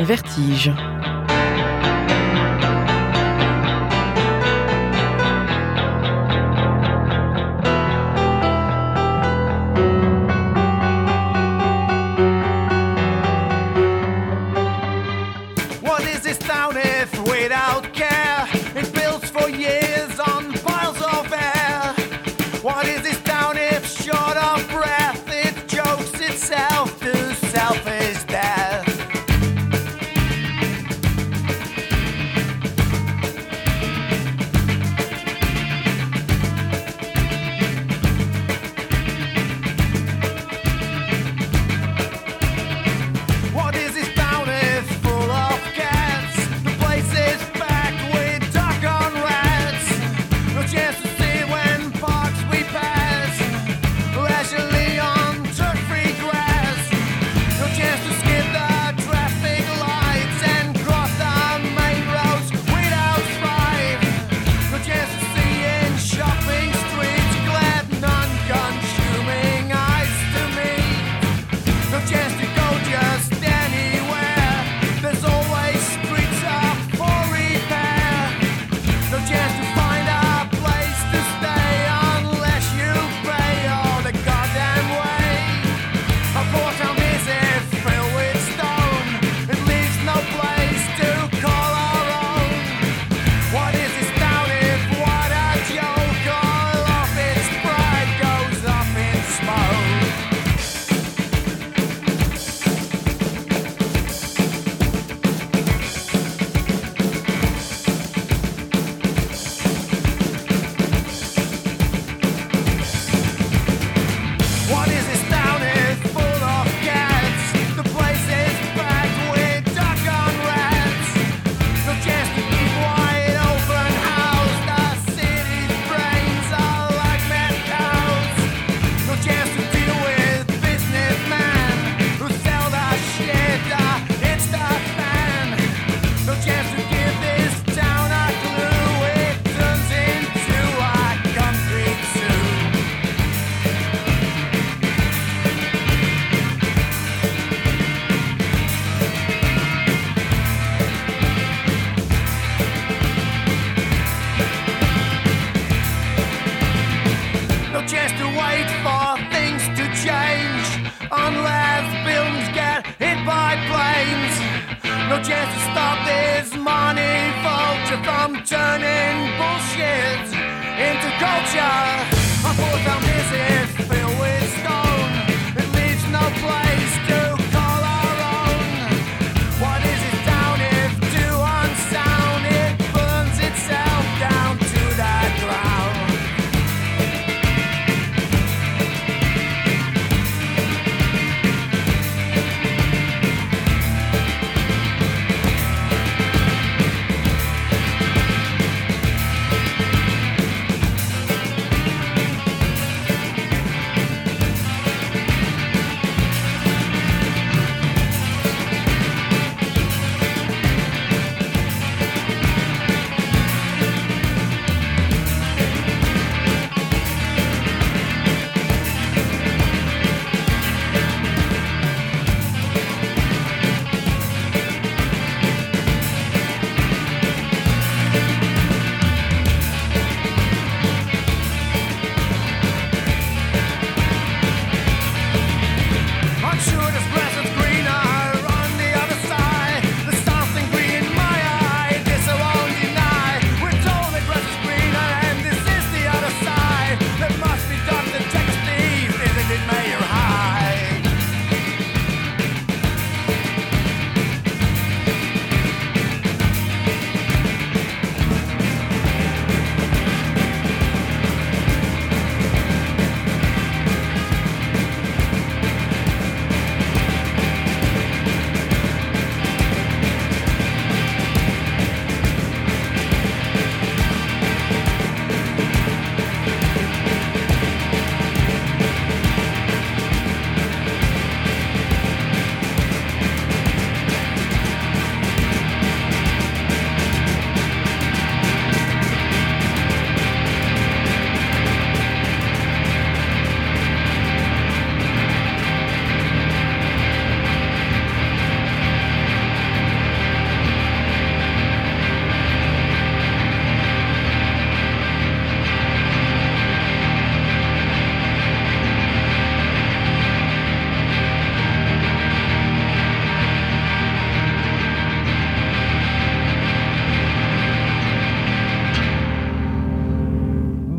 Vertige.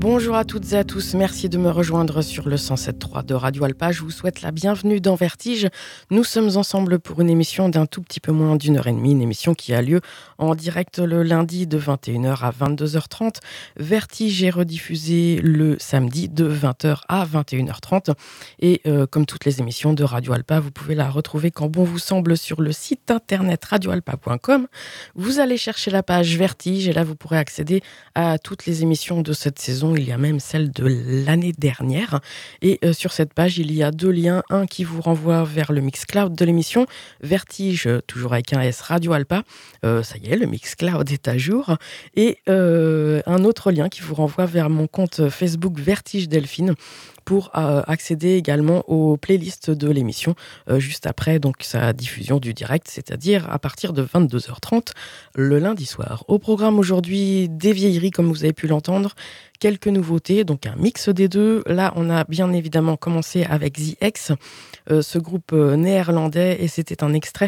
Bonjour à toutes et à tous, merci de me rejoindre sur le 107.3 de Radio Alpa. Je vous souhaite la bienvenue dans Vertige. Nous sommes ensemble pour une émission d'un tout petit peu moins d'une heure et demie, une émission qui a lieu en direct le lundi de 21h à 22h30. Vertige est rediffusé le samedi de 20h à 21h30. Et comme toutes les émissions de Radio Alpa, vous pouvez la retrouver quand bon vous semble sur le site internet radioalpa.com. Vous allez chercher la page Vertige et là vous pourrez accéder à toutes les émissions de cette saison. Il y a même celle de l'année dernière. Et sur cette page, il y a deux liens. Un qui vous renvoie vers le Mixcloud de l'émission Vertige, toujours avec un S, Radio Alpa. Ça y est, le Mixcloud est à jour. Et un autre lien qui vous renvoie vers mon compte Facebook Vertige Delphine pour accéder également aux playlists de l'émission juste après donc sa diffusion du direct, c'est-à-dire à partir de 22h30 le lundi soir. Au programme aujourd'hui, des vieilleries comme vous avez pu l'entendre, quelques nouveautés, donc un mix des deux. Là, on a bien évidemment commencé avec The X, ce groupe néerlandais, et c'était un extrait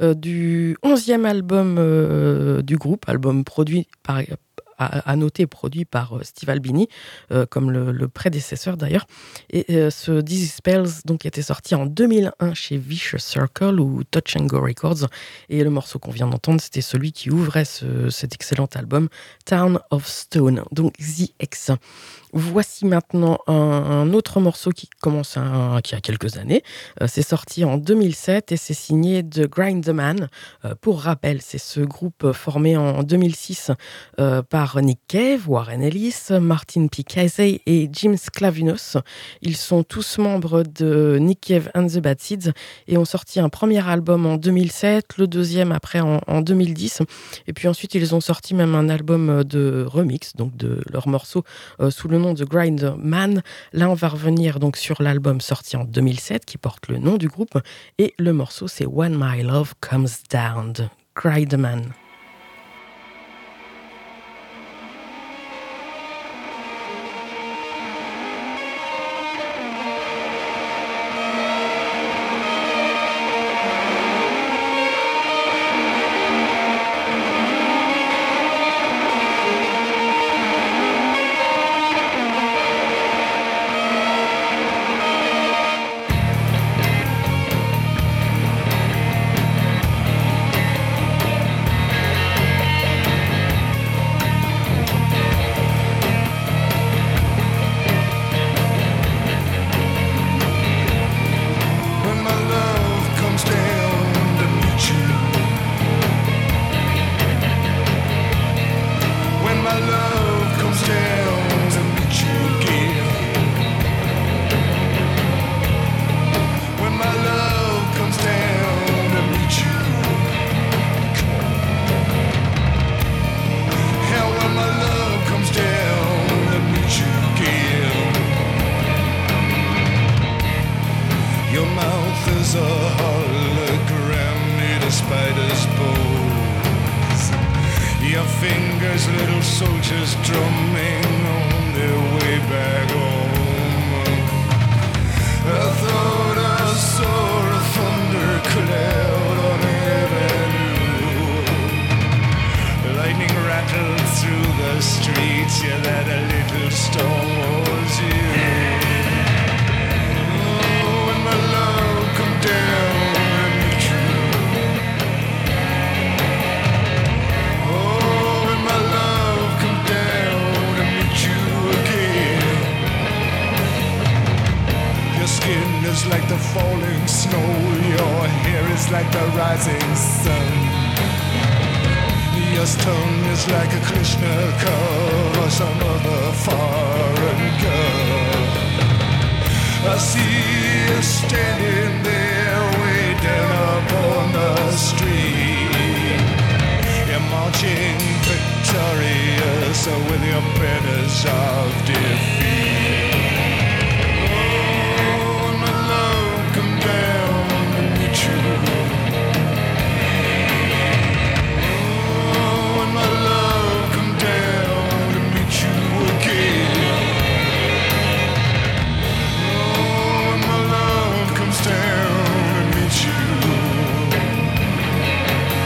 du 11e album du groupe, album produit par... à noter, produit par Steve Albini, comme le prédécesseur d'ailleurs. Et ce Dizzy Spells donc, était sorti en 2001 chez Vicious Circle ou Touch and Go Records. Et le morceau qu'on vient d'entendre, c'était celui qui ouvrait cet excellent album, Town of Stone, donc The X. Voici maintenant un autre morceau qui a quelques années. C'est sorti en 2007 et c'est signé The Grindman. Pour rappel, c'est ce groupe formé en 2006 par Nick Cave, Warren Ellis, Martin P. Casey et Jim Sclavinos. Ils sont tous membres de Nick Cave and the Bad Seeds et ont sorti un premier album en 2007, le deuxième après en 2010. Et puis ensuite, ils ont sorti même un album de remix, donc de leurs morceaux sous le nom de Grindman. Là, on va revenir donc sur l'album sorti en 2007 qui porte le nom du groupe et le morceau c'est When My Love Comes Down, Grindman.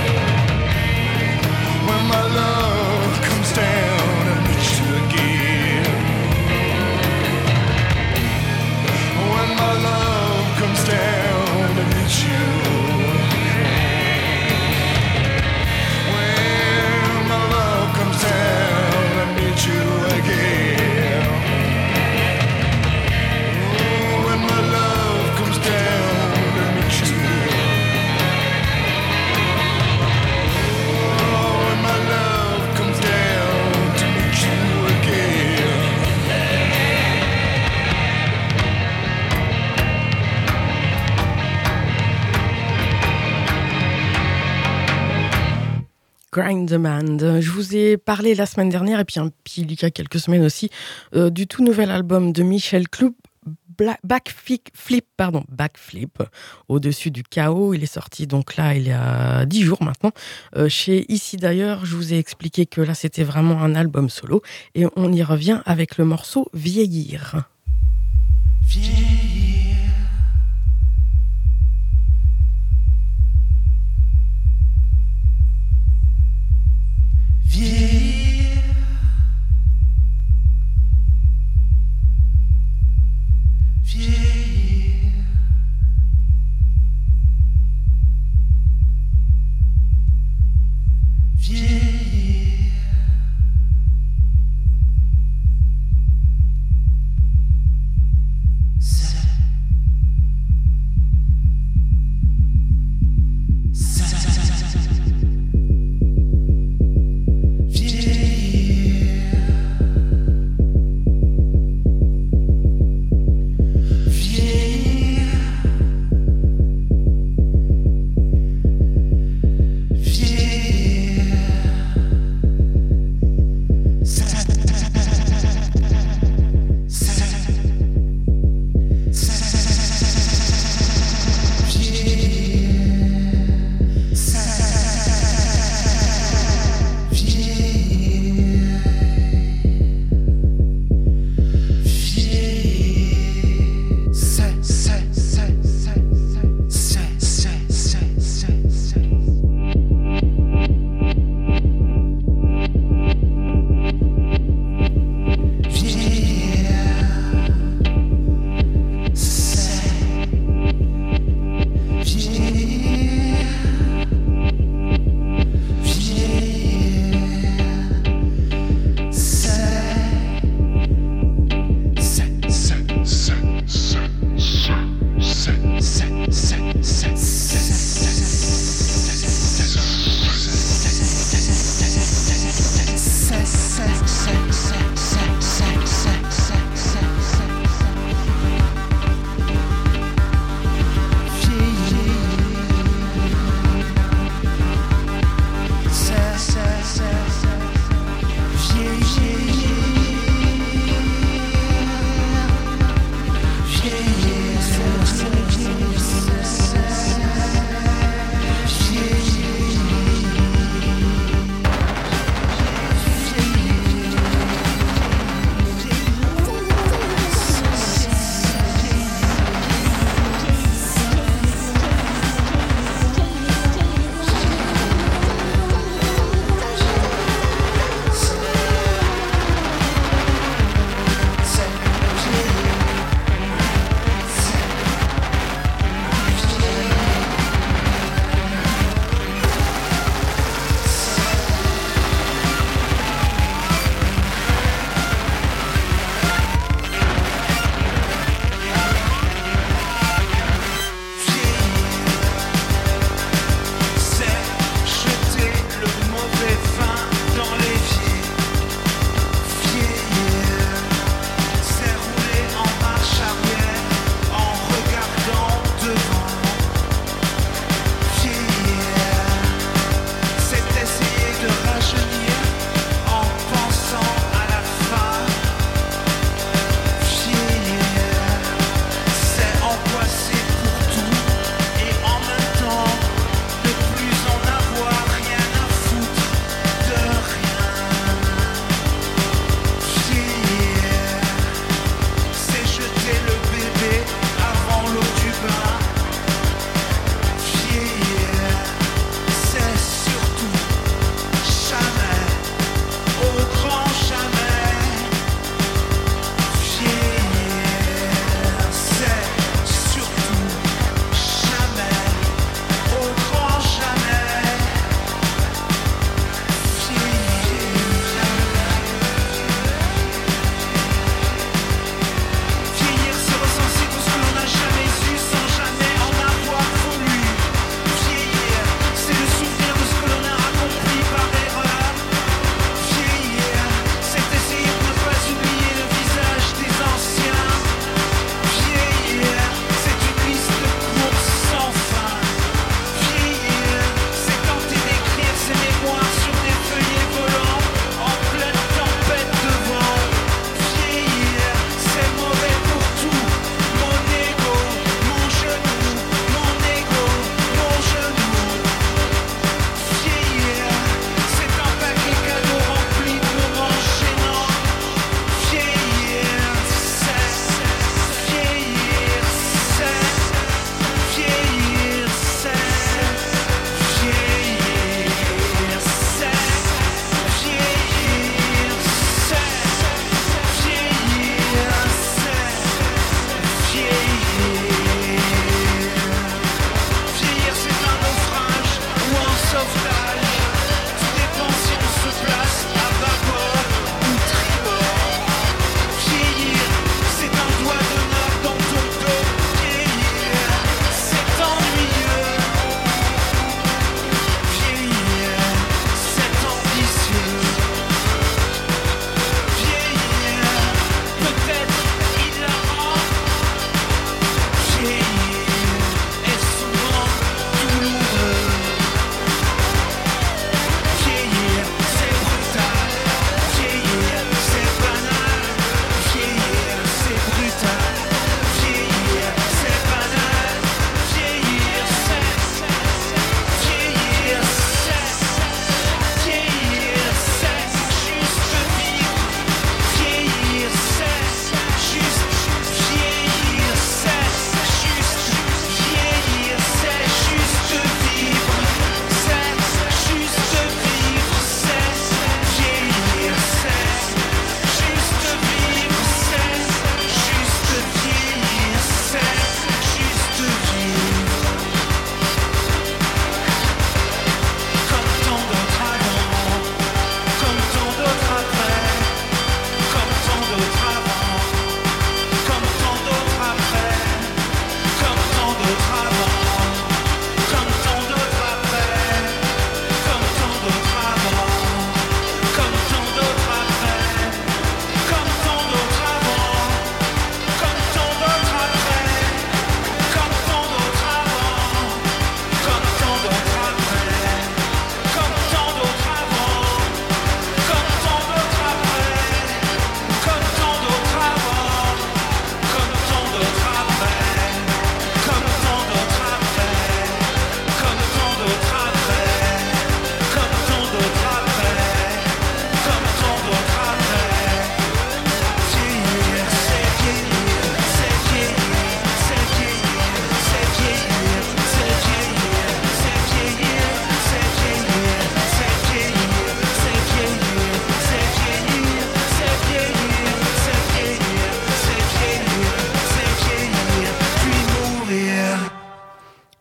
My love comes down and meets you again. Grind the Man. Je vous ai parlé la semaine dernière, et puis il y a quelques semaines aussi, du tout nouvel album de Michel Cloub, Backflip, au-dessus du chaos. Il est sorti donc là il y a 10 jours maintenant, chez Ici d'ailleurs. Je vous ai expliqué que là c'était vraiment un album solo, et on y revient avec le morceau Vieillir. Vieillir. Vieillir. Vieillir. Vieillir.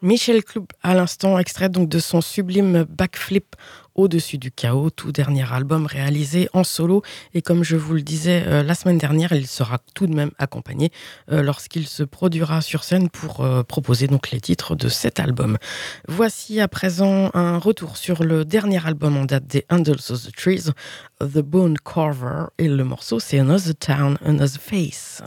Michel Cloub à l'instant, extrait donc de son sublime Backflip au-dessus du chaos, tout dernier album réalisé en solo. Et comme je vous le disais la semaine dernière, il sera tout de même accompagné lorsqu'il se produira sur scène pour proposer donc les titres de cet album. Voici à présent un retour sur le dernier album en date des Handles of the Trees, The Bone Carver, et le morceau c'est Another Town, Another Face.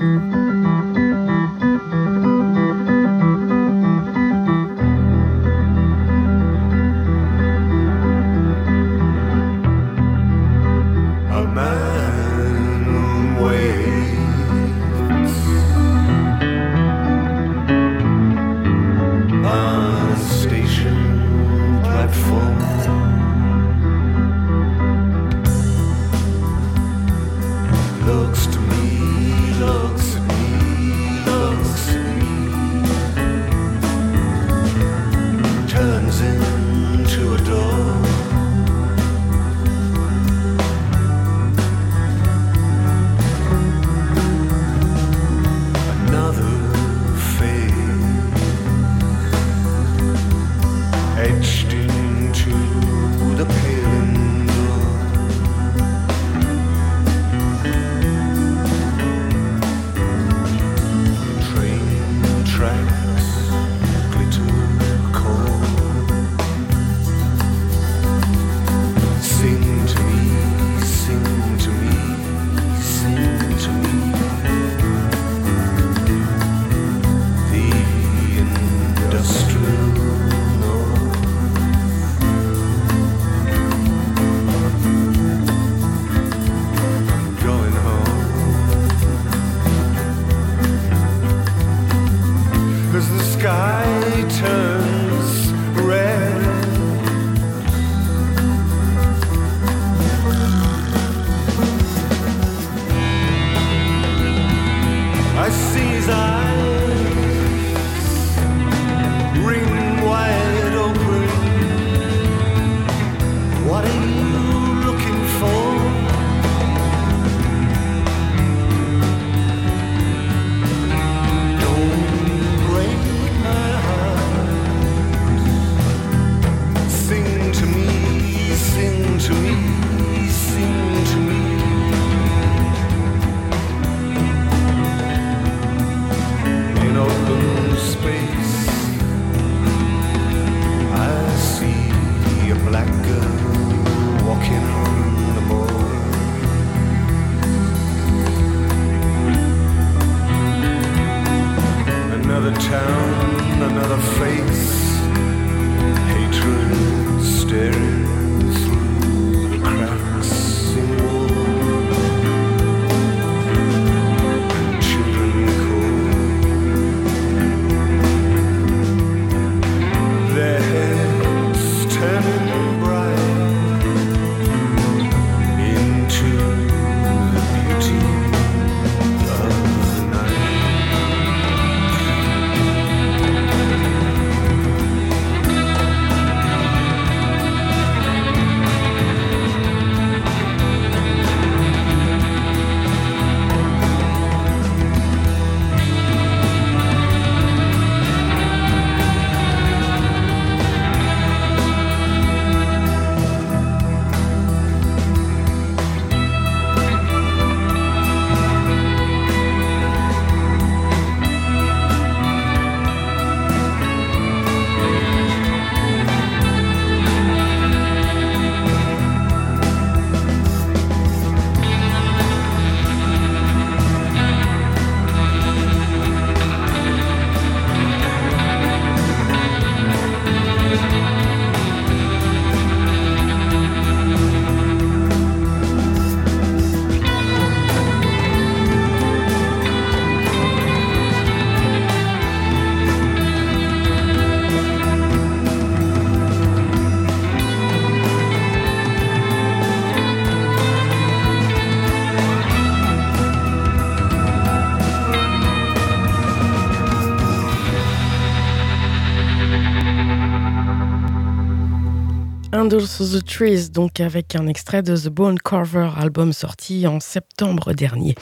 Handles of the Trees, donc avec un extrait de The Bone Carver, album sorti en septembre dernier.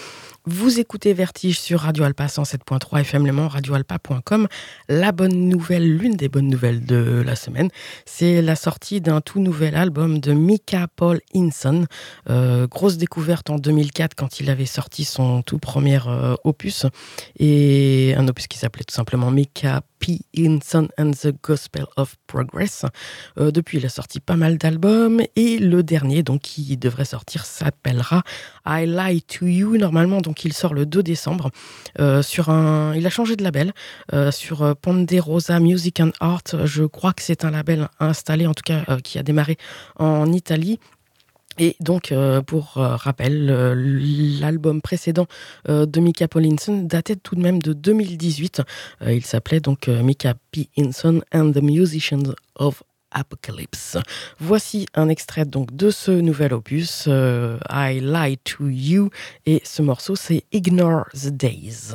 Vous écoutez Vertige sur Radio Alpa 107.3 FM Le Mans, radioalpa.com. La bonne nouvelle, l'une des bonnes nouvelles de la semaine, c'est la sortie d'un tout nouvel album de Micah Paul Hinson. Grosse découverte en 2004 quand il avait sorti son tout premier opus, et un opus qui s'appelait tout simplement Micah P. Hinson and the Gospel of Progress. Depuis, il a sorti pas mal d'albums, et le dernier, donc, qui devrait sortir, s'appellera I Lie to You. Normalement, donc, il sort le 2 décembre. Il a changé de label sur Ponderosa Music and Art. Je crois que c'est un label installé, en tout cas, qui a démarré en Italie. Et donc, pour rappel, l'album précédent de Micah Paul Hinson datait tout de même de 2018. Il s'appelait donc Micah P. Hinson and the Musicians of Apocalypse. Voici un extrait donc de ce nouvel opus, I Lie to You, et ce morceau c'est Ignore the Days.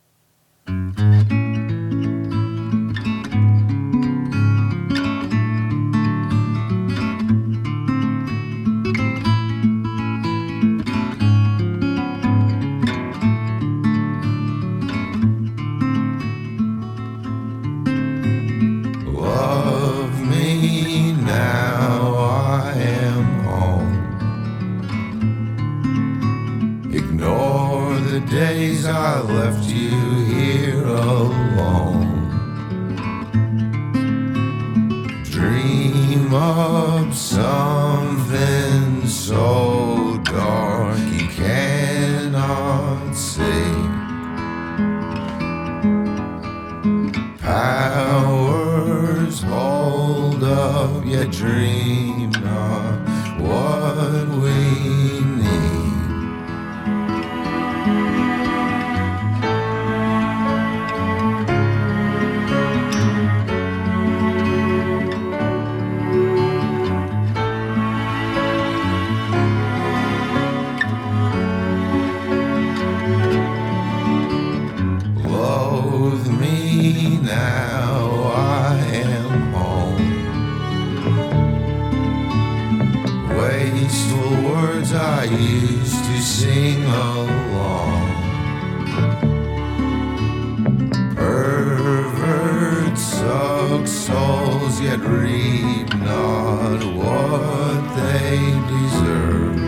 Days I left you here alone. Dream of something so dark you cannot see. Powers hold up, yet dream not what we need. Now I am home. Wasteful words I used to sing along. Perverts suck souls yet reap not what they deserve.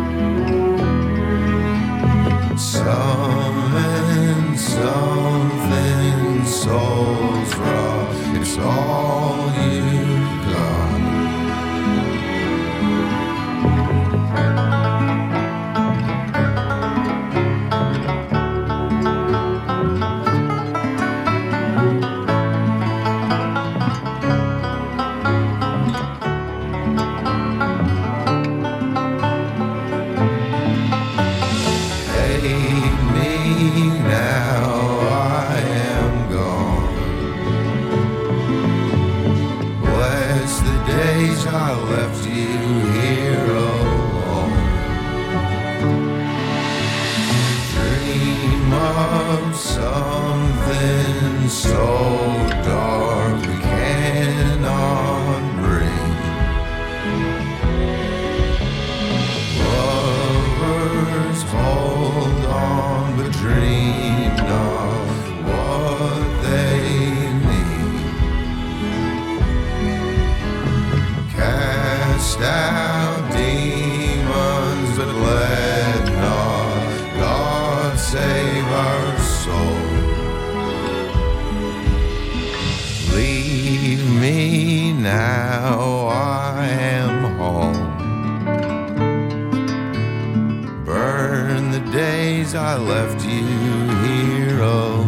Some and something souls rock, it's all you've got. Hate me now, I am gone. Bless the days I left you here alone. Dream of something so dark we cannot breathe. Lovers hold on but dream not what they need. Cast out demons, but let not God save our soul. Leave me now, I am home. Burn the days I left you here alone.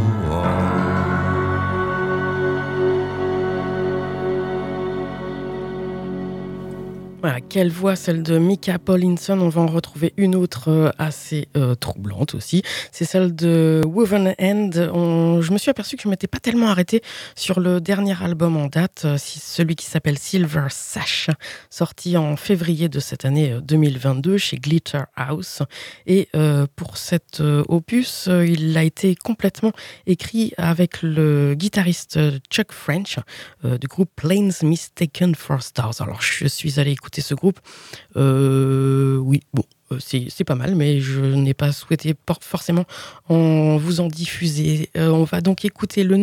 Voilà, quelle voix, celle de Micah Paul Hinson. On va en retrouver une autre assez troublante aussi. C'est celle de Woven End. Je me suis aperçu que je ne m'étais pas tellement arrêtée sur le dernier album en date, celui qui s'appelle Silver Sash, sorti en février de cette année 2022 chez Glitter House. Et pour cet opus, il a été complètement écrit avec le guitariste Chuck French du groupe Planes Mistaken for Stars. Alors, je suis allée écouter ce groupe. Oui, bon. c'est pas mal, mais je n'ai pas souhaité forcément vous en diffuser. On va donc écouter le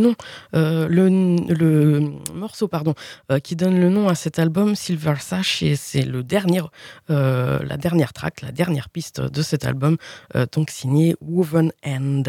morceau qui donne le nom à cet album, Silver Sash, et c'est la dernière track, la dernière piste de cet album, donc signé Woven End.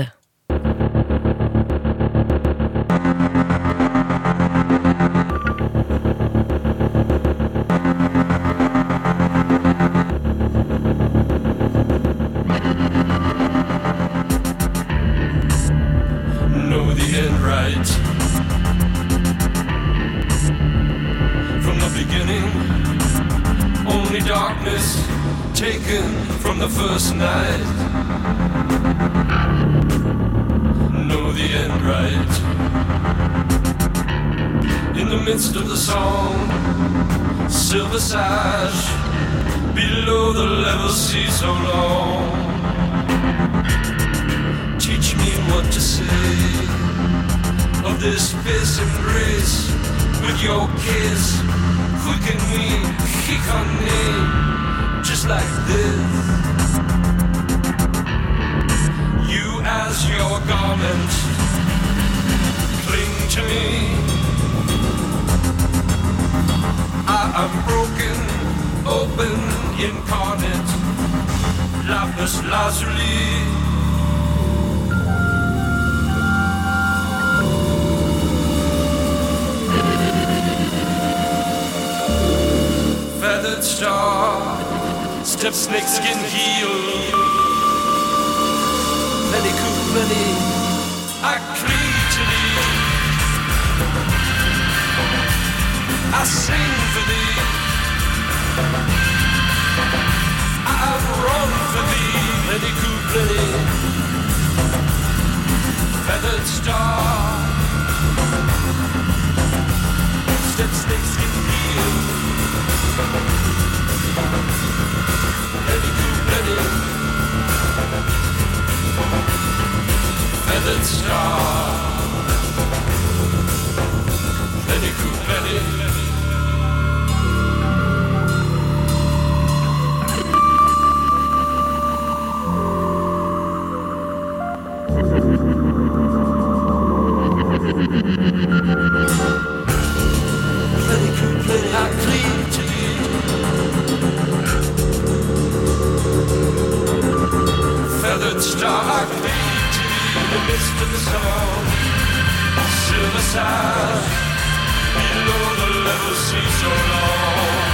Darkness taken from the first night. Know the end right. In the midst of the song, silver sash, below the level sea so long. Teach me what to say of this fierce embrace with your kiss. Quicken me, kick on me, just like this. You as your garment, cling to me. I am broken, open, incarnate, lapis lazuli. Feathered star, step snake skin heel. Plenty cool, plenty, I cling to thee. I sing for thee. I run for thee. Plenty cool, plenty, feathered star, step snake skin heel. Plenty cool, plenty, feathered star. Plenty cool, plenty. I cling to you. Feathered star, I cling to you. In the midst of the song, silver sash, below the level sea so long.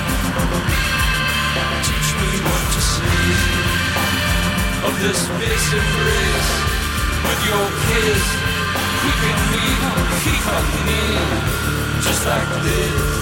Teach me what to say of this fierce embrace with your kiss. Quicken me, kick on me, just like this.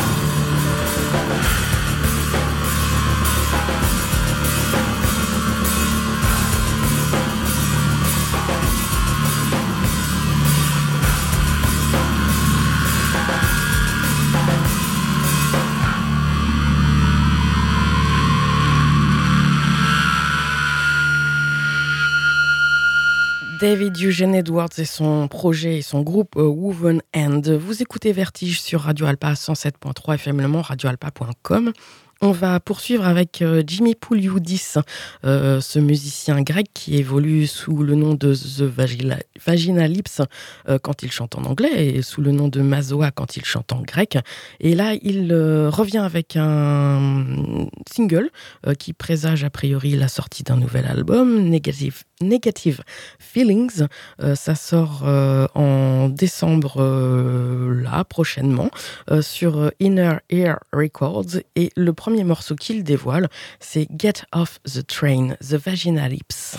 David Eugene Edwards et son projet et son groupe Woven End. Vous écoutez Vertige sur Radio Alpa 107.3 FM Le Mans, radioalpa.com. On va poursuivre avec Jimmy Pouliou-Dis, ce musicien grec qui évolue sous le nom de The Vagina Lips quand il chante en anglais et sous le nom de Mazoa quand il chante en grec. Et là, il revient avec un single qui présage a priori la sortie d'un nouvel album, Negative Feelings. Ça sort en décembre, là, prochainement, sur Inner Ear Records. Et le premier morceau qu'il dévoile, c'est Get Off the Train, The Vagina Lips.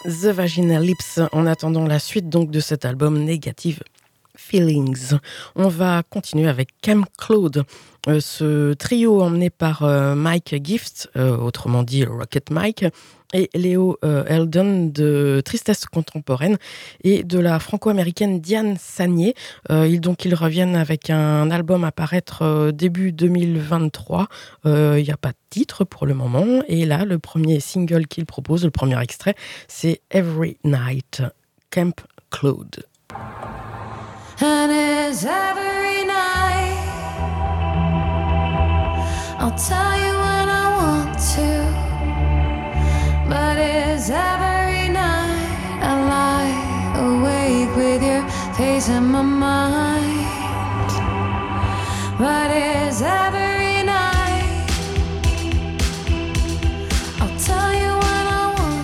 The Vaginal Lips, en attendant la suite donc de cet album Negative Feelings. On va continuer avec Camp Claude, ce trio emmené par Mike Gift, autrement dit Rocket Mike, et Léo Eldon de Tristesse Contemporaine et de la franco-américaine Diane Sagné. Ils reviennent avec un album à paraître début 2023. Il n'y a pas de titre pour le moment. Et là, le premier single qu'ils proposent, le premier extrait, c'est Every Night, Camp Claude. And it's every night I'll tell you when I want to, but it's every night I lie awake with your face in my mind. But it's every night I'll tell you when I want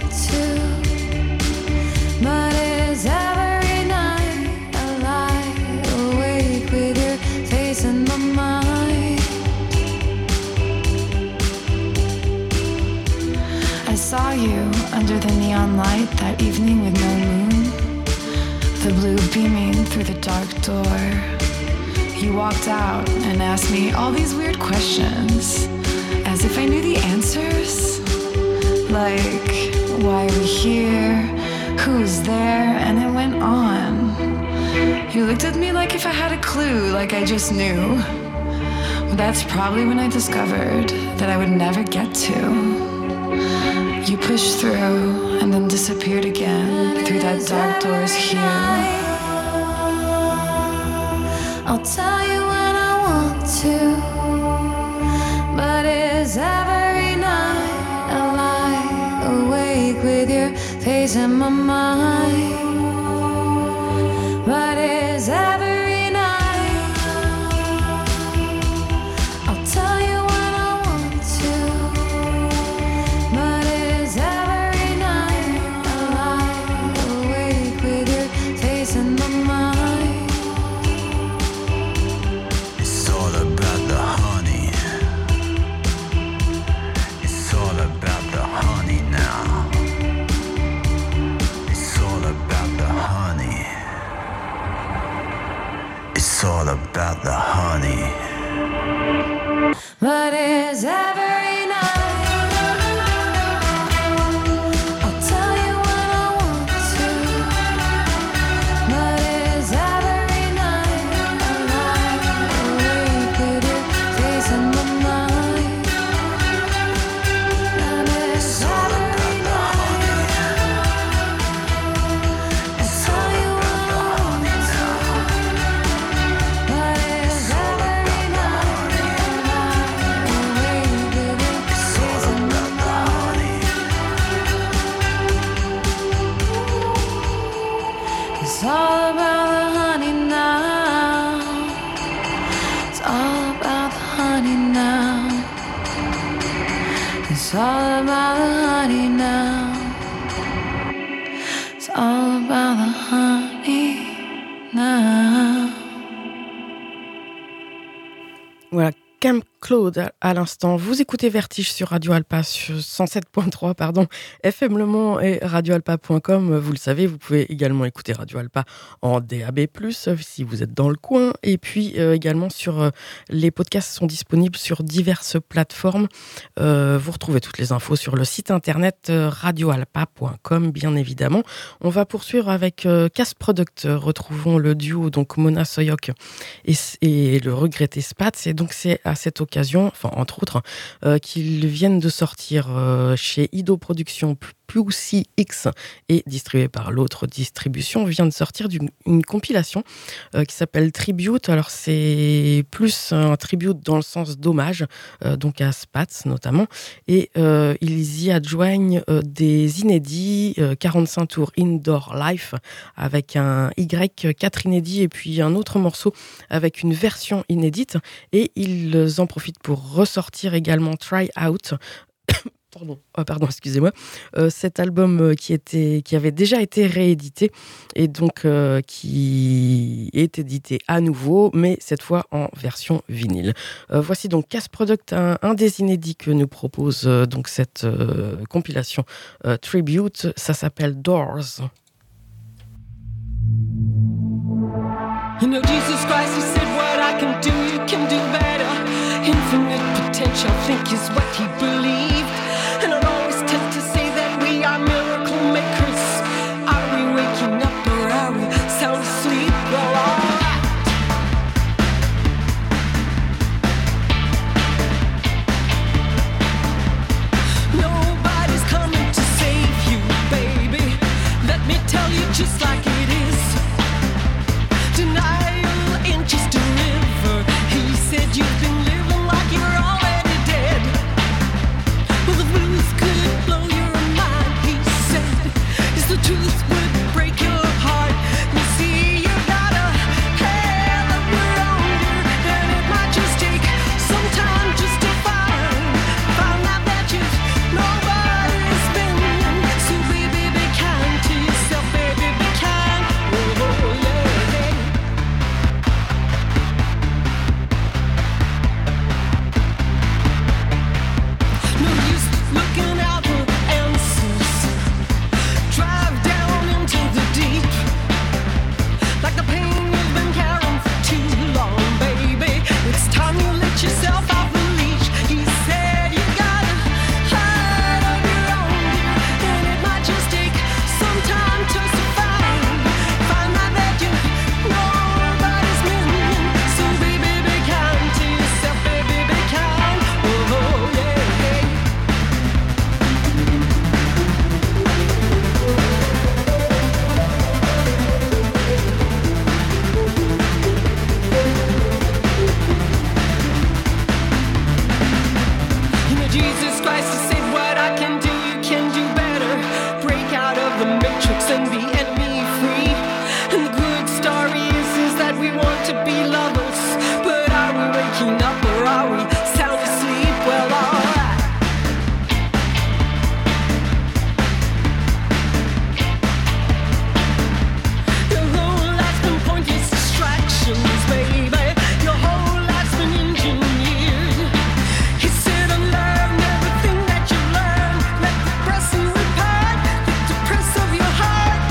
to, but it's every night I lie awake with your face in my mind. I saw you under the neon light that evening with no moon, the blue beaming through the dark door. You walked out and asked me all these weird questions, as if I knew the answers. Like, why are we here? Who's there? And it went on. You looked at me like if I had a clue, like I just knew. But that's probably when I discovered that I would never get to. You pushed through and then disappeared again through that dark door's hue. I'll tell you when I want to, but it's every night I lie awake with your face in my mind. But it's every night I'll tell you when I want to, but it's every night I lie awake with your face in my mind. It's all about the honey. It's all about the honey now. It's all about the honey. It's all about the honey. But it's every night I'll tell you when I want to, but it's every night I lie awake with your face in my mind. And it's every night I'll tell you when I want to, but it's every night I lie awake with your face in my mind. It's all about the honey now. It's all about the honey now. It's all about the honey now. It's all about the honey now. Voilà, Camp Claude à l'instant. Vous écoutez Vertige sur Radio Alpa, sur 107.3, FM Le Mans et radioalpa.com. Vous le savez, vous pouvez également écouter Radio Alpa en DAB+, si vous êtes dans le coin. Et puis également sur les podcasts sont disponibles sur diverses plateformes. Vous retrouvez toutes les infos sur le site internet radioalpa.com, bien évidemment. On va poursuivre avec Casse Product. Retrouvons le duo donc Mona Soyok et le regretté Spats. Et donc c'est à cette occasion, enfin entre autres, qu'ils viennent de sortir chez Ido Productions Plucy X et distribué par l'autre distribution, vient de sortir une compilation qui s'appelle Tribute. Alors c'est plus un tribute dans le sens d'hommage, donc à Spats notamment, et ils y adjoignent des inédits, 45 tours Indoor Life avec un Y, 4 inédits et puis un autre morceau avec une version inédite, et ils en profitent pour ressortir également Try Out Pardon, excusez-moi. Cet album qui avait déjà été réédité et donc qui est édité à nouveau, mais cette fois en version vinyle. Voici donc Cass Product, un des inédits que nous propose donc cette compilation Tribute. Ça s'appelle Doors. You know, Jesus Christ, he said, what I can do, you can do better. Infinite potential, I think is what he believed. And I'd always tend to say that we are miracle makers. Are we waking up or are we sound asleep? Well, all right. Nobody's coming to save you, baby. Let me tell you just like it is. Denial in just a river. He said you've been living like you're already dead. Well, the blues could blow your mind, he said. Yes, the truth would break your heart. You see, you got a hell of your own, dear, and it might just take some time just to find out that you've nobody's been. So baby, be kind to yourself, baby, be kind. Oh, yeah. No use looking out for answers. Drive down into the deep. Like the pain you've been carrying for too long, baby. It's time you let yourself off the leash. He said you got a heart of your own, dear, and it might just take some time to find out that you nobody's minion. So baby, be kind to yourself, baby, be kind. Oh, yeah. You know, Jesus Christ, he said, what I can do, you can do better. Break out of the matrix and be enemy free. And the good story is that we want to be lovers. But are we waking up or are we sound asleep? Well, alright. Your whole life's been pointless distractions, baby. Your whole life's been engineered. He said, unlearn everything that you learned. Let the press and repart, the press of your heart.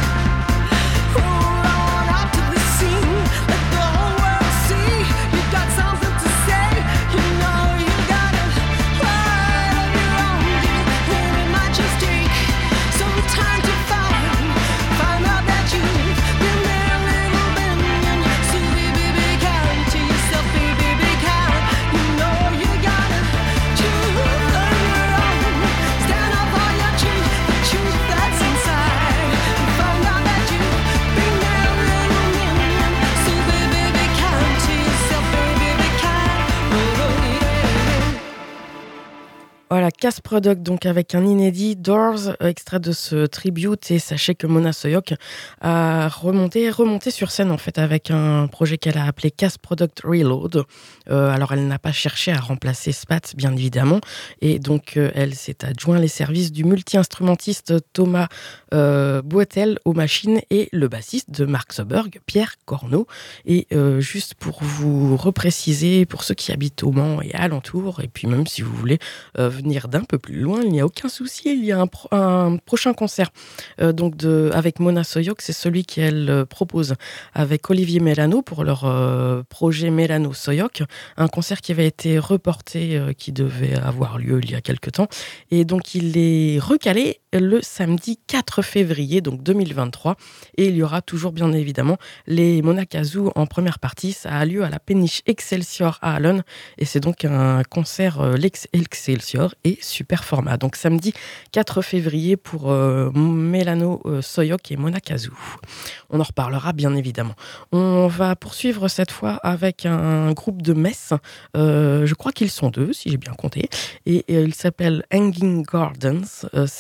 Roll on out to the scene. Let the whole world see you got something to say. You know you got a heart of your own, dear, and it might just take some time to find out that you've been there, little minion. So baby, be kind to yourself, baby, be kind. You know you got a truth of your own. Stand up for your truth, the truth that's inside. And find out that you've been there, little minion. So baby, be kind to yourself, baby, be kind. Oh, yeah. Voilà, Cass Product, donc avec un inédit Doors, extrait de ce tribute. Et sachez que Mona Soyok a remonté sur scène en fait avec un projet qu'elle a appelé Cass Product Reload. Alors elle n'a pas cherché à remplacer Spatz, bien évidemment, et donc elle s'est adjoint les services du multi-instrumentiste Thomas Boitel aux machines et le bassiste de Mark Zuckerberg, Pierre Corneau. Et juste pour vous repréciser, pour ceux qui habitent au Mans et alentour, et puis même si vous voulez venir d'un peu plus loin, il n'y a aucun souci, il y a un prochain concert avec Mona Soyok, c'est celui qu'elle propose avec Olivier Mélano pour leur projet Mélano Soyok, un concert qui avait été reporté, qui devait avoir lieu il y a quelque temps, et donc il est recalé le samedi 4 février donc 2023, et il y aura toujours bien évidemment les Mona Kazoo en première partie. Ça a lieu à la Péniche Excelsior à Allonne, et c'est donc un concert Excelsior et super format. Donc samedi 4 février pour Mélano Soyok et Mona Kazoo. On en reparlera bien évidemment. On va poursuivre cette fois avec un groupe de Metz. Je crois qu'ils sont deux, si j'ai bien compté. Et ils s'appellent Hanging Gardens. C'est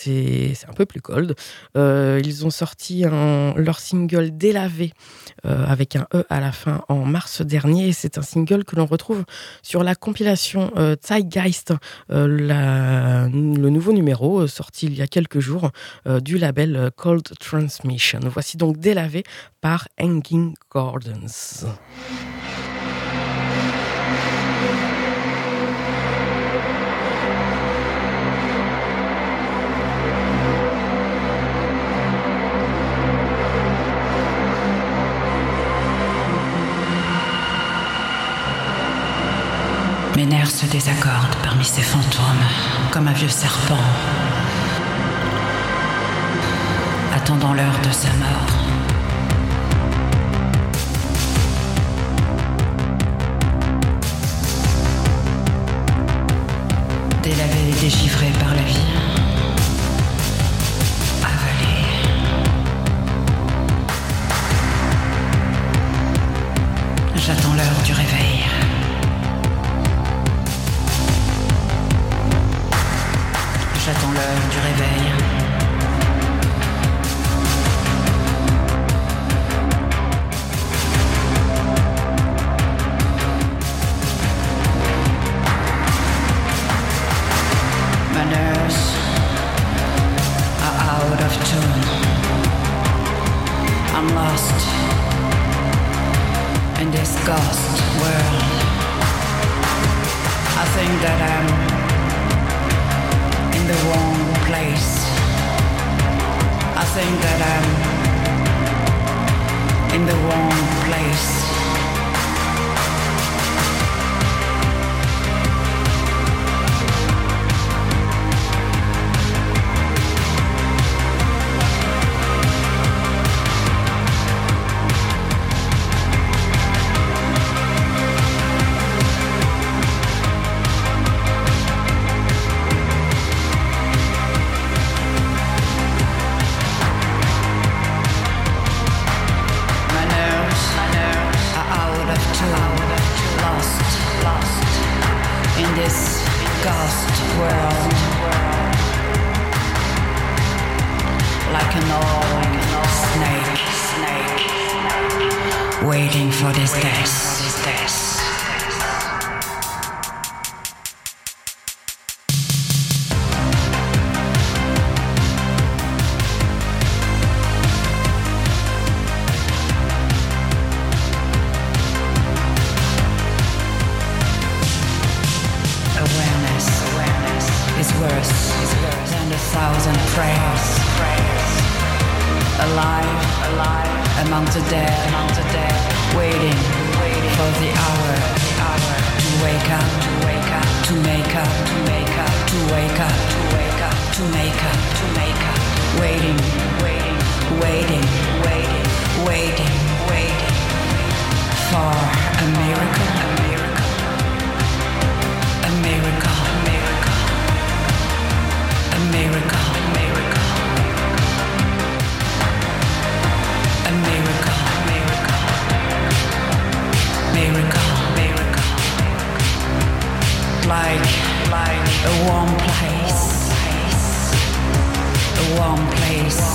c'est un peu plus cold. Ils ont sorti leur single Délavé avec un E à la fin en mars dernier. Et c'est un single que l'on retrouve sur la compilation Zeitgeist, le nouveau numéro sorti il y a quelques jours du label Cold Transmission. Voici donc Délavé par Hanging Gardens. Mes nerfs se désaccordent parmi ces fantômes, comme un vieux serpent, attendant l'heure de sa mort. Délavé et dégivré par la vie, avalé. J'attends l'heure du réveil. J'attends l'heure du réveil. My nerves are out of tune. I'm lost in this ghost world. I think that I'm in the wrong place. I think that I'm in the wrong place. Waiting for this day. Awareness is worse than 1,000 prayers. Alive among the dead, waiting for the hour to wake up, to make up, to wake up, waiting for a miracle, a miracle. Like a warm place, a warm place.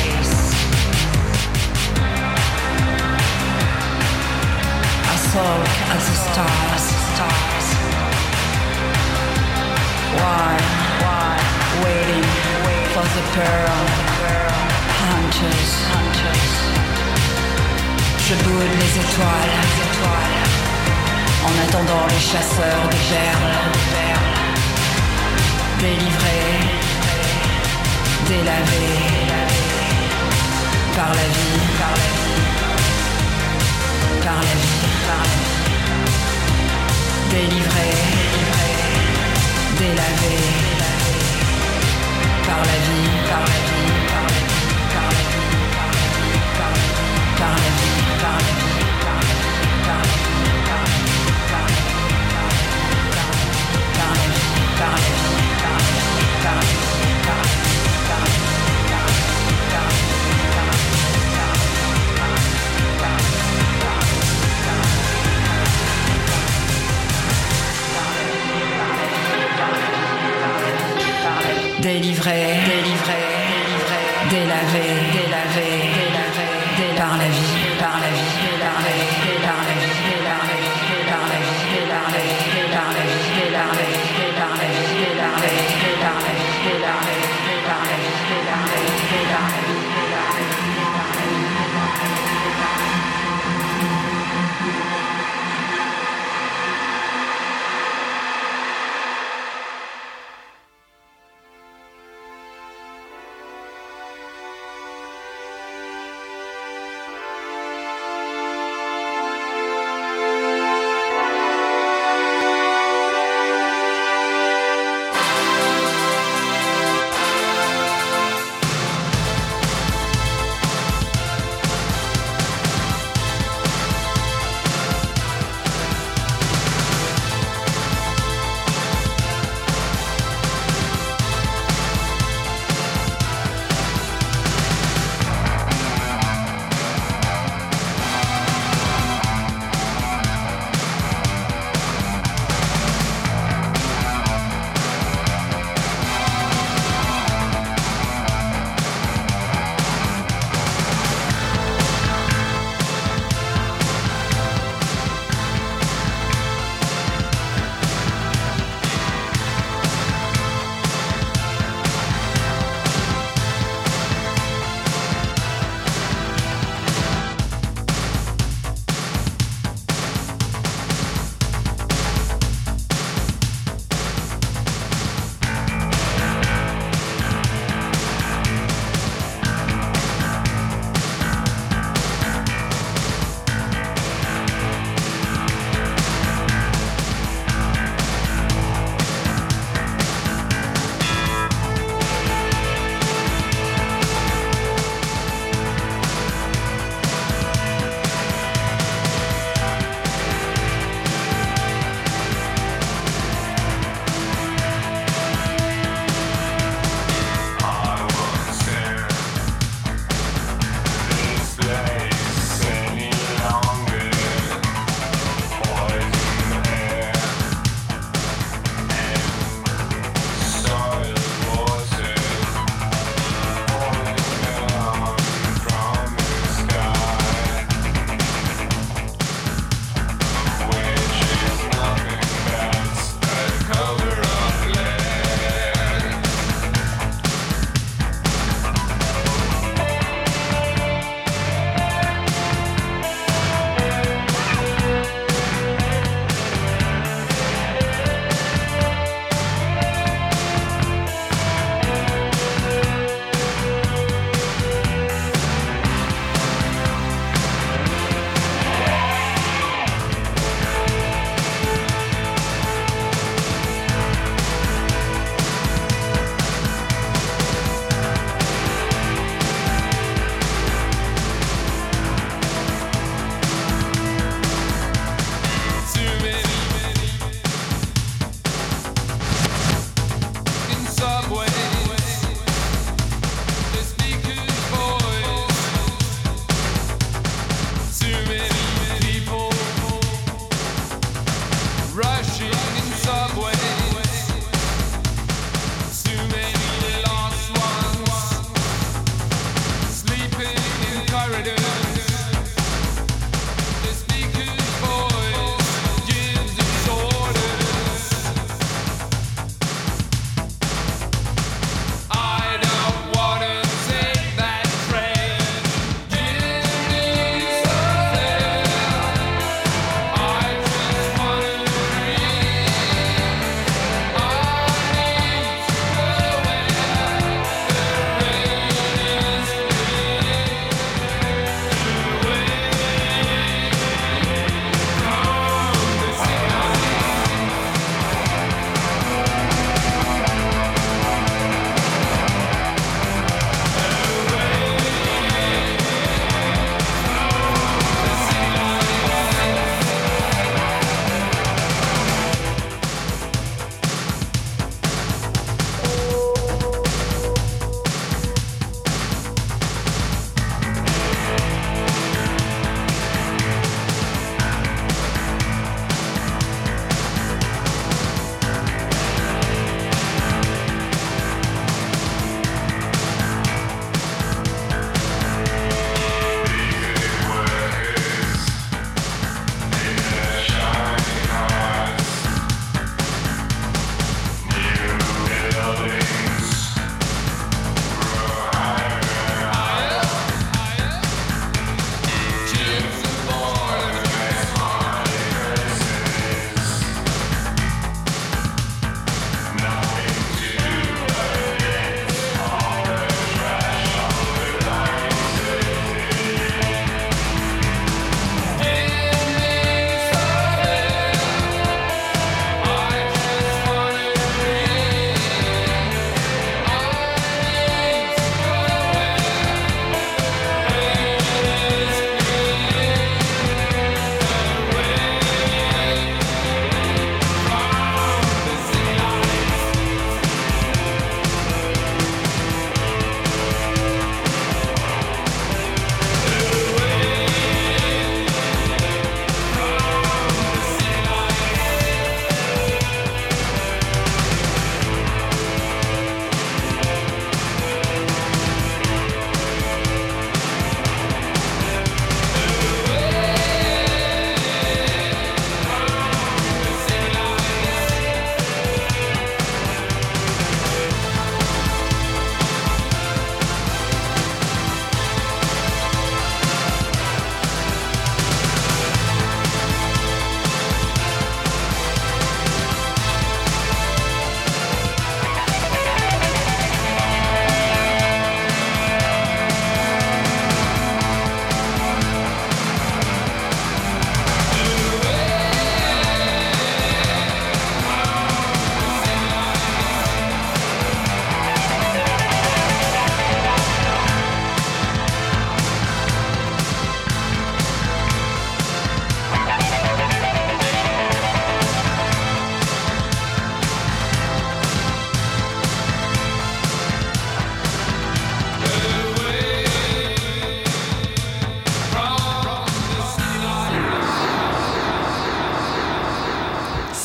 I sulk at the stars. Why waiting for the pearl hunters? Je boude les étoiles. En attendant les chasseurs de perles, délivrés, délavés par la vie, délivrés, délavés par la vie, délivré. délavé, délavé, délavé, par la vie, par la vie, par la vie, par la vie, par la vie, par la vie, par la vie, par la vie, par la vie, par la vie, par la vie, par la vie, par la vie, par la vie, par la vie, par la vie,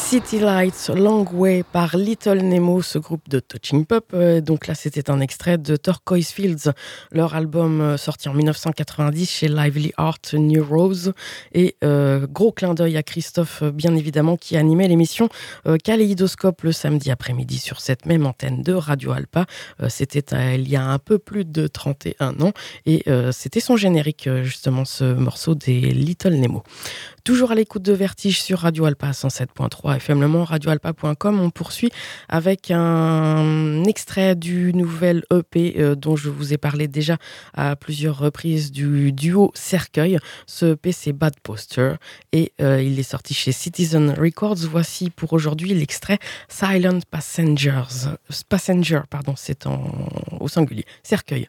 City Lights, Long Way par Little Nemo, ce groupe de Touching Pop. Donc là, c'était un extrait de Turquoise Fields, leur album sorti en 1990 chez Lively Art New Rose. Et gros clin d'œil à Christophe, bien évidemment, qui animait l'émission Kaléidoscope le samedi après-midi sur cette même antenne de Radio Alpa. C'était il y a un peu plus de 31 ans. Et c'était son générique, justement, ce morceau des Little Nemo. Toujours à l'écoute de Vertige sur Radio Alpa 107.3 FM Le Mans, radioalpa.com. On poursuit avec un extrait du nouvel EP dont je vous ai parlé déjà à plusieurs reprises, du duo Cercueil. Ce EP, c'est Bad Poster et il est sorti chez Citizen Records. Voici pour aujourd'hui l'extrait Silent Passenger, c'est au singulier. Cercueil.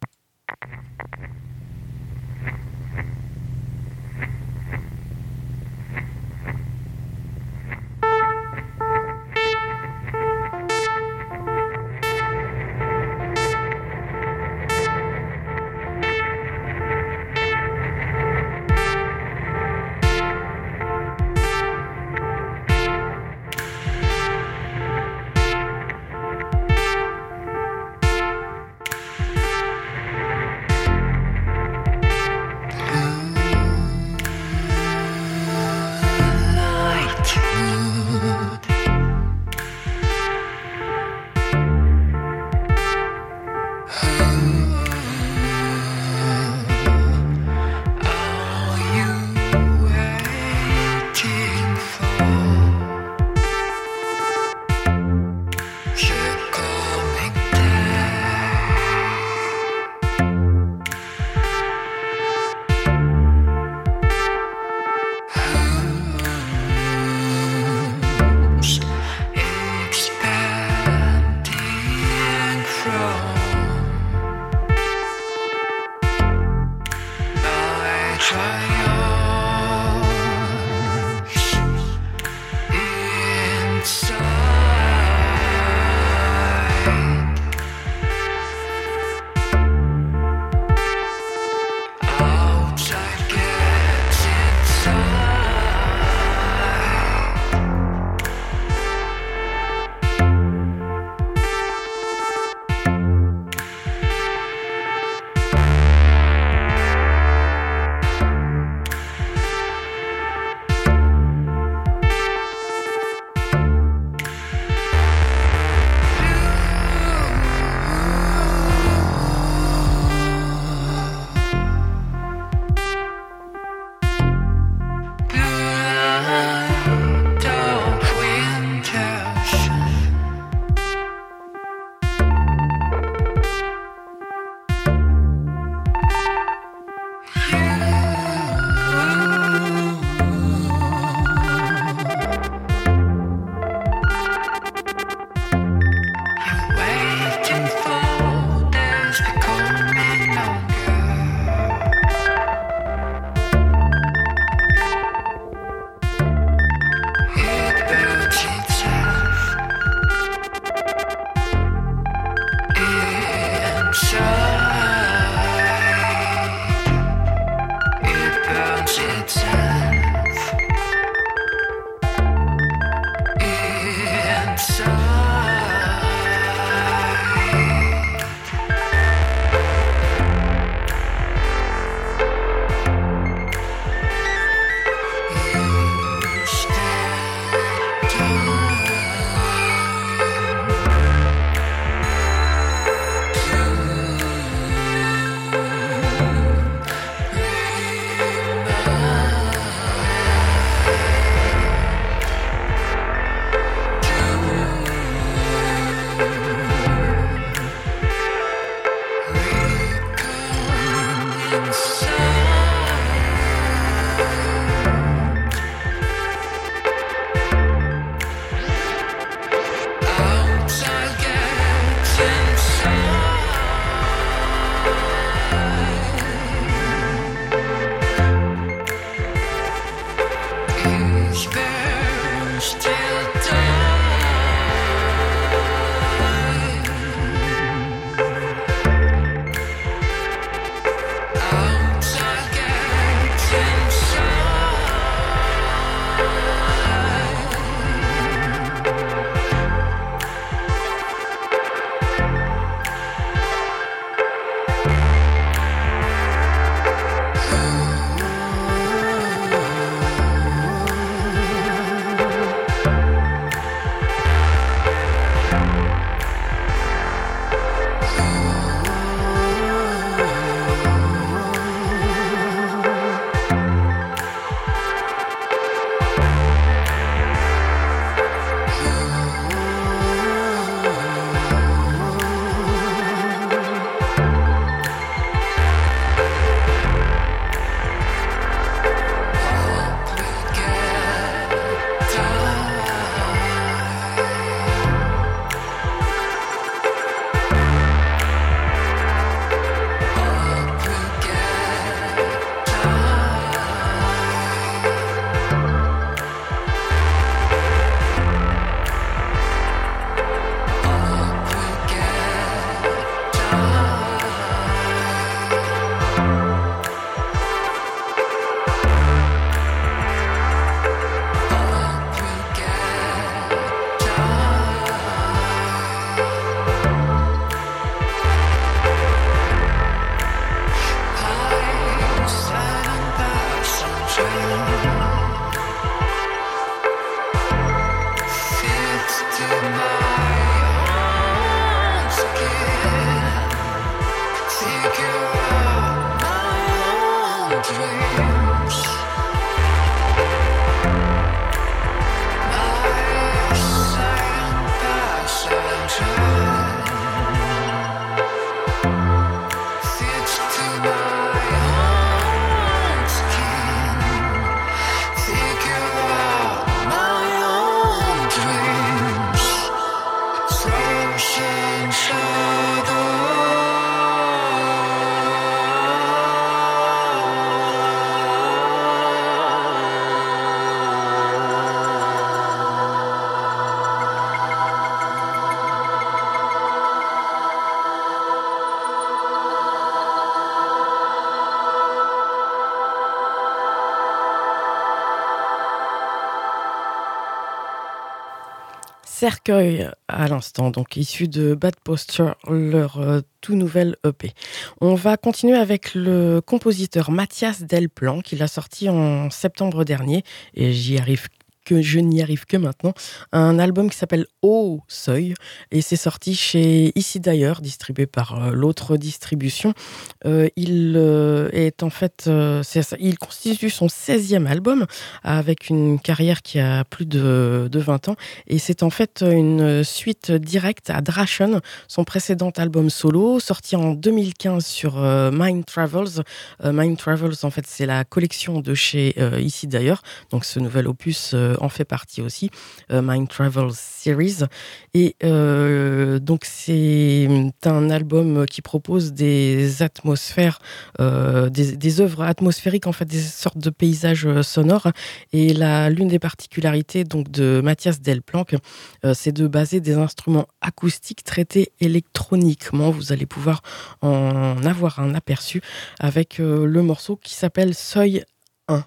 Cercueil à l'instant, donc issu de Bad Posture, leur tout nouvel EP. On va continuer avec le compositeur Mathias Delplan qui l'a sorti en septembre dernier et je n'y arrive que maintenant, un album qui s'appelle Au Seuil et c'est sorti chez Ici d'ailleurs, distribué par l'autre distribution. Il est en fait, il constitue son 16e album avec une carrière qui a plus de 20 ans et c'est en fait une suite directe à Drachen, son précédent album solo sorti en 2015 sur Mind Travels. Mind Travels en fait c'est la collection de chez Ici d'ailleurs, donc ce nouvel opus en fait partie aussi, Mind Travels Series. Et donc c'est un album qui propose des atmosphères, des œuvres atmosphériques, en fait des sortes de paysages sonores. Et l'une des particularités donc de Mathias Delplan, c'est de baser des instruments acoustiques traités électroniquement. Vous allez pouvoir en avoir un aperçu avec le morceau qui s'appelle Seuil 1.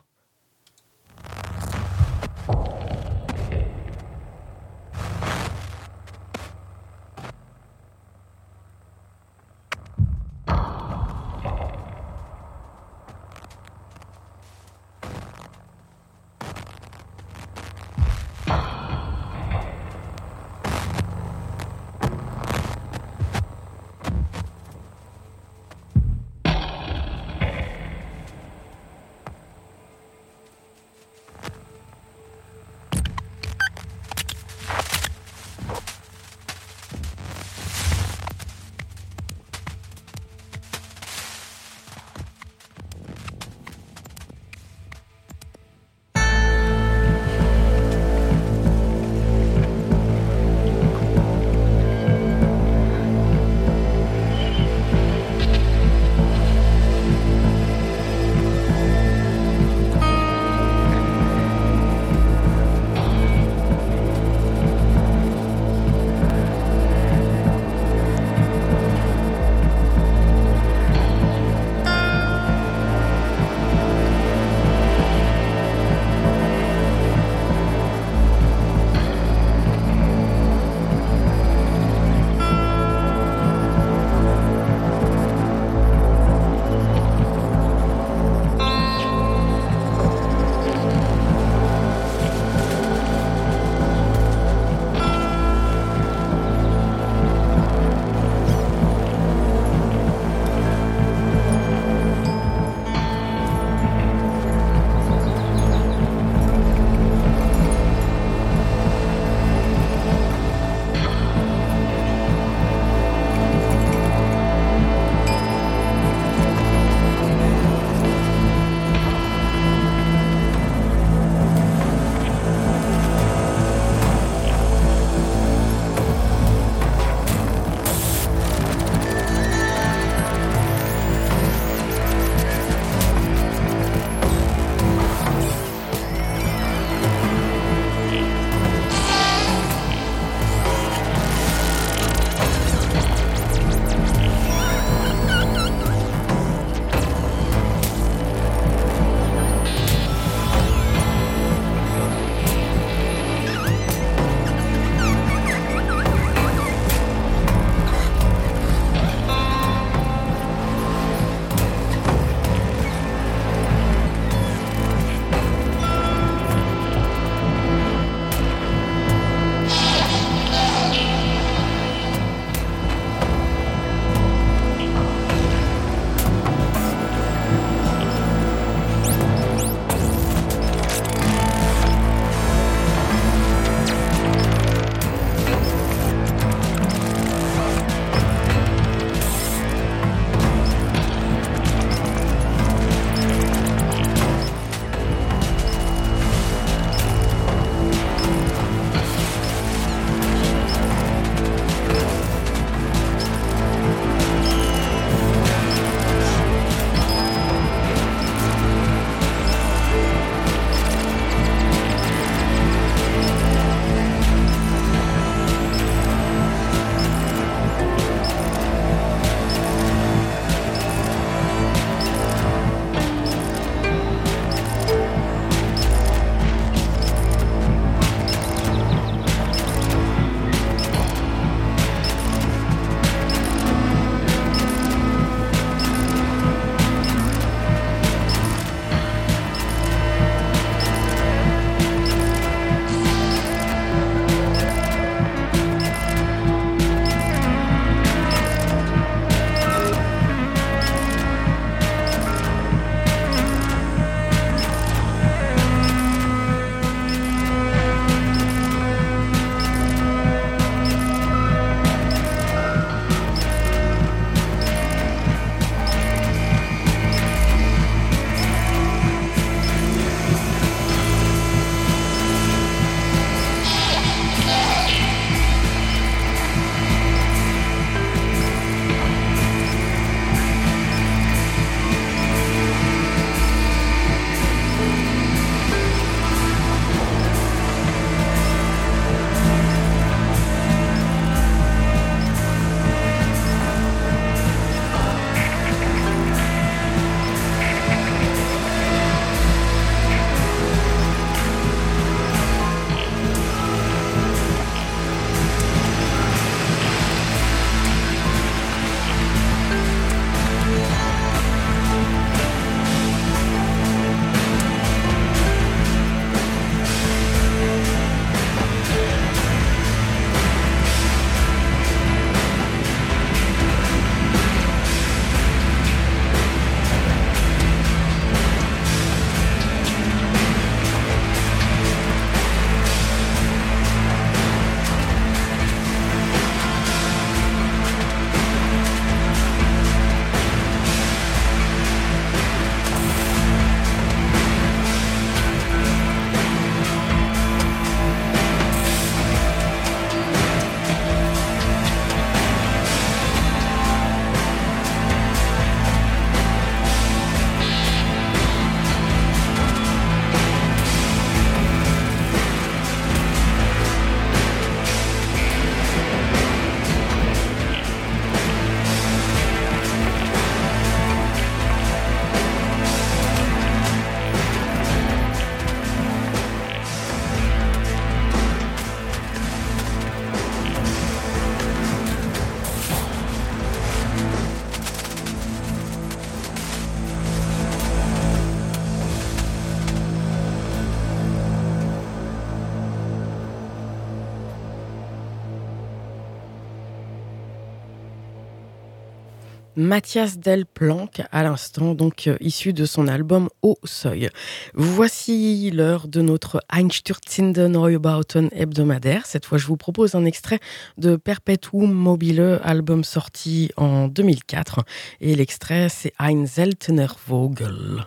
Mathias Del Planck, à l'instant, donc issu de son album Au Seuil. Voici l'heure de notre Einstürzende Neubauten hebdomadaire. Cette fois, je vous propose un extrait de Perpetuum mobile, album sorti en 2004. Et l'extrait, c'est Ein seltener Vogel.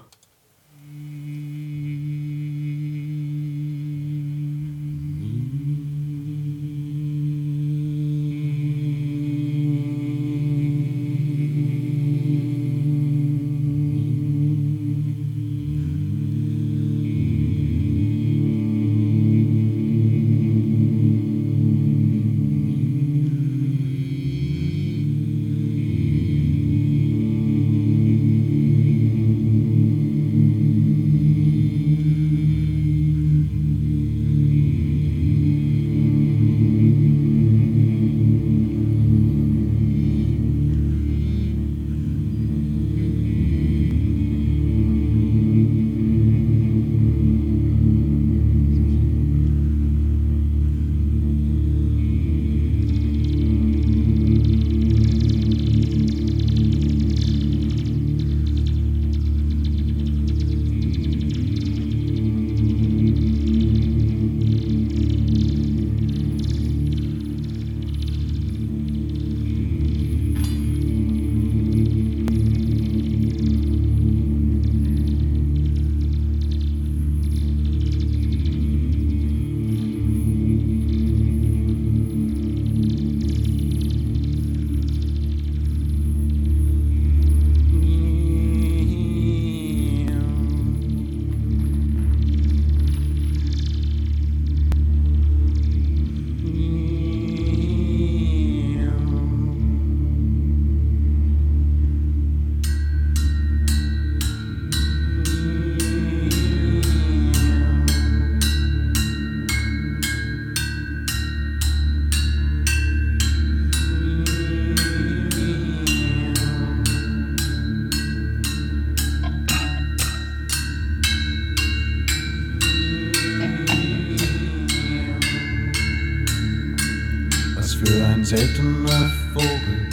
Seltener Vogel.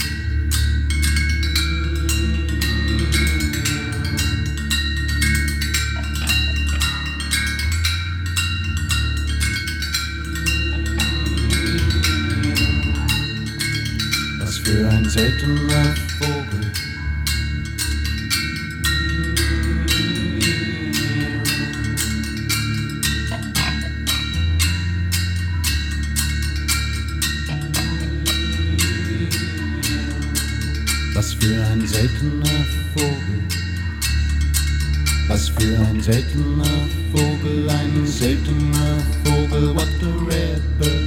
Was für ein seltener Vogel. Was für ein seltener Vogel. Was für ein seltener Vogel, ein seltener Vogel, what a rare bird.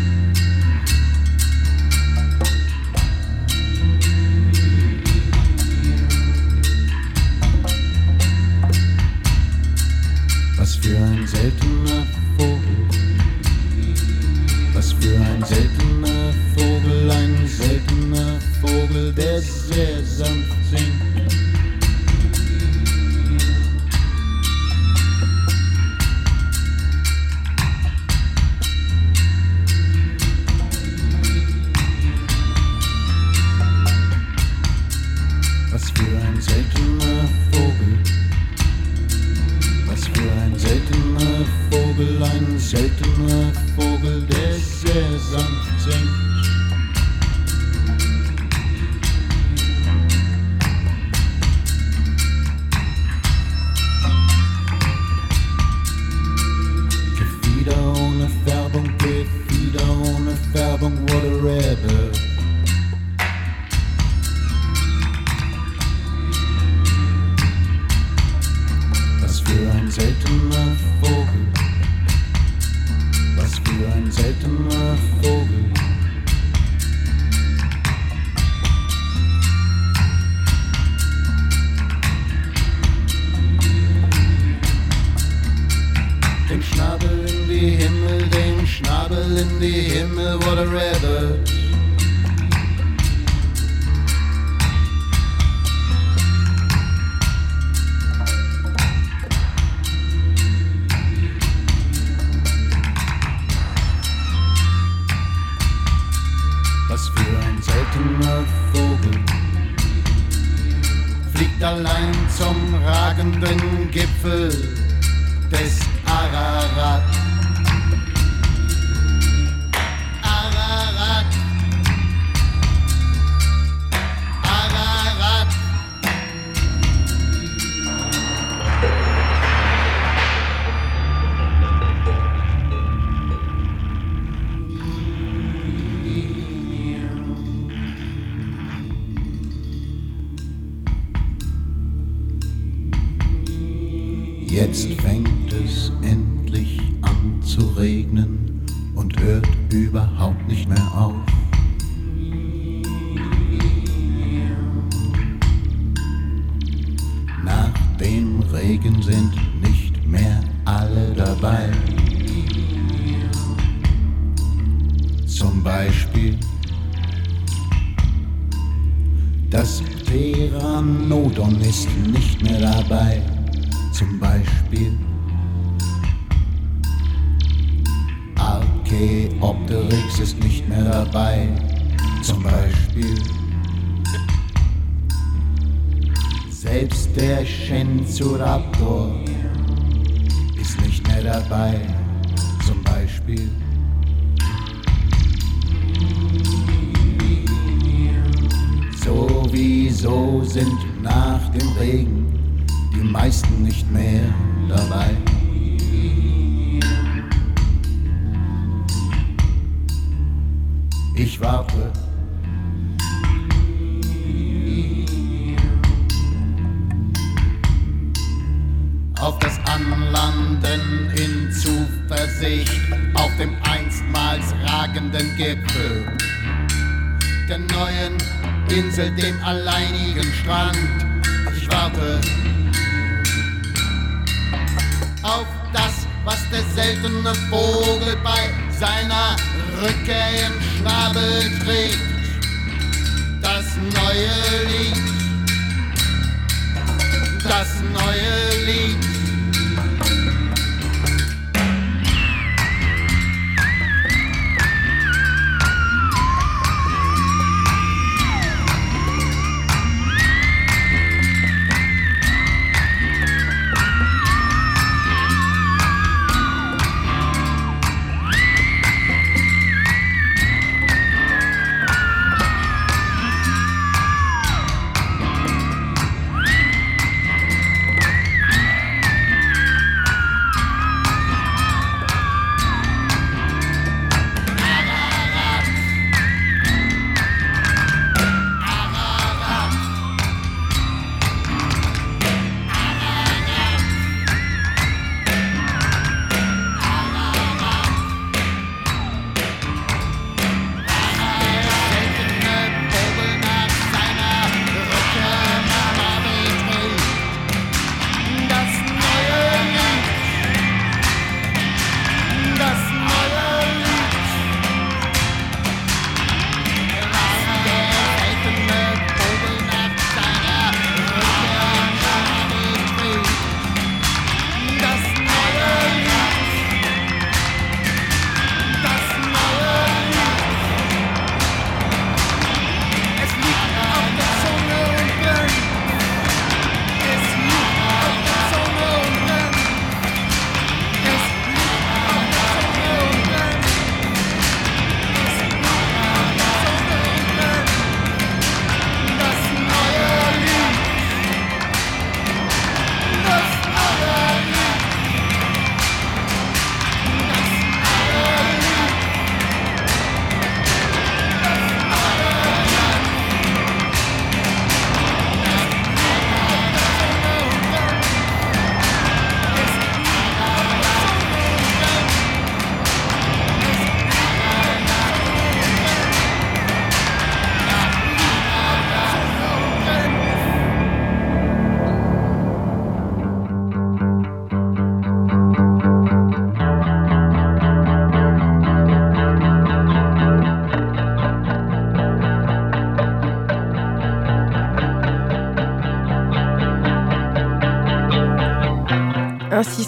Was für ein seltener Vogel. Was für ein seltener Vogel, ein seltener Vogel, der sehr sanft singt. Was für ein seltener Vogel. Was für ein seltener Vogel, ein seltener Vogel, der sehr sanft singt. Gefieder ohne Färbung, what a rare bird. Was für ein seltener Vogel. Was für ein seltener Vogel. Den Schnabel in die Himmel, den Schnabel in die Himmel, what a rare bird. Was für ein seltener Vogel. allein zum ragenden Gipfel des Ararat. Ararat. Ararat. Jetzt fängt es endlich an zu regnen und hört überhaupt nicht mehr auf. Nach dem Regen sind nicht mehr alle dabei. Zum Beispiel das Pteranodon ist nicht mehr dabei. Zum Beispiel Archaeopteryx ist nicht mehr dabei. Zum Beispiel selbst der Shenzuraptor ist nicht mehr dabei. Zum Beispiel sowieso sind nach dem Regen die meisten nicht mehr dabei. Ich warte auf das Anlanden in Zuversicht auf dem einstmals ragenden Gipfel der neuen Insel, dem alleinigen Strand. Ich warte auf das, was der seltene Vogel bei seiner Rückkehr im Schnabel trägt. Das neue Lied, das neue Lied.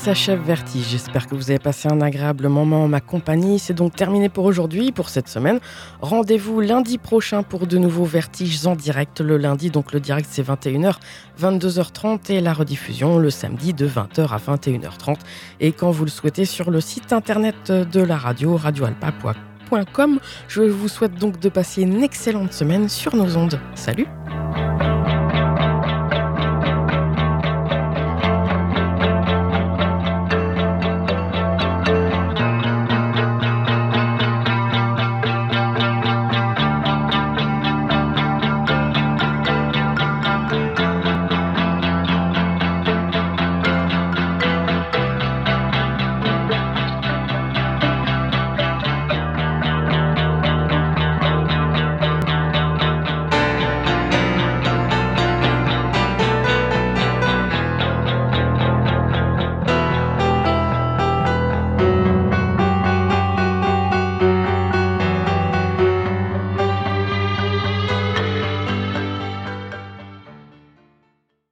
s'achève Vertige. J'espère que vous avez passé un agréable moment en ma compagnie. C'est donc terminé pour aujourd'hui, pour cette semaine. Rendez-vous lundi prochain pour de nouveaux Vertiges en direct. Le lundi, donc le direct c'est 21h, 22h30 et la rediffusion le samedi de 20h à 21h30. Et quand vous le souhaitez sur le site internet de la radio, radioalpa.com. Je vous souhaite donc de passer une excellente semaine sur nos ondes. Salut!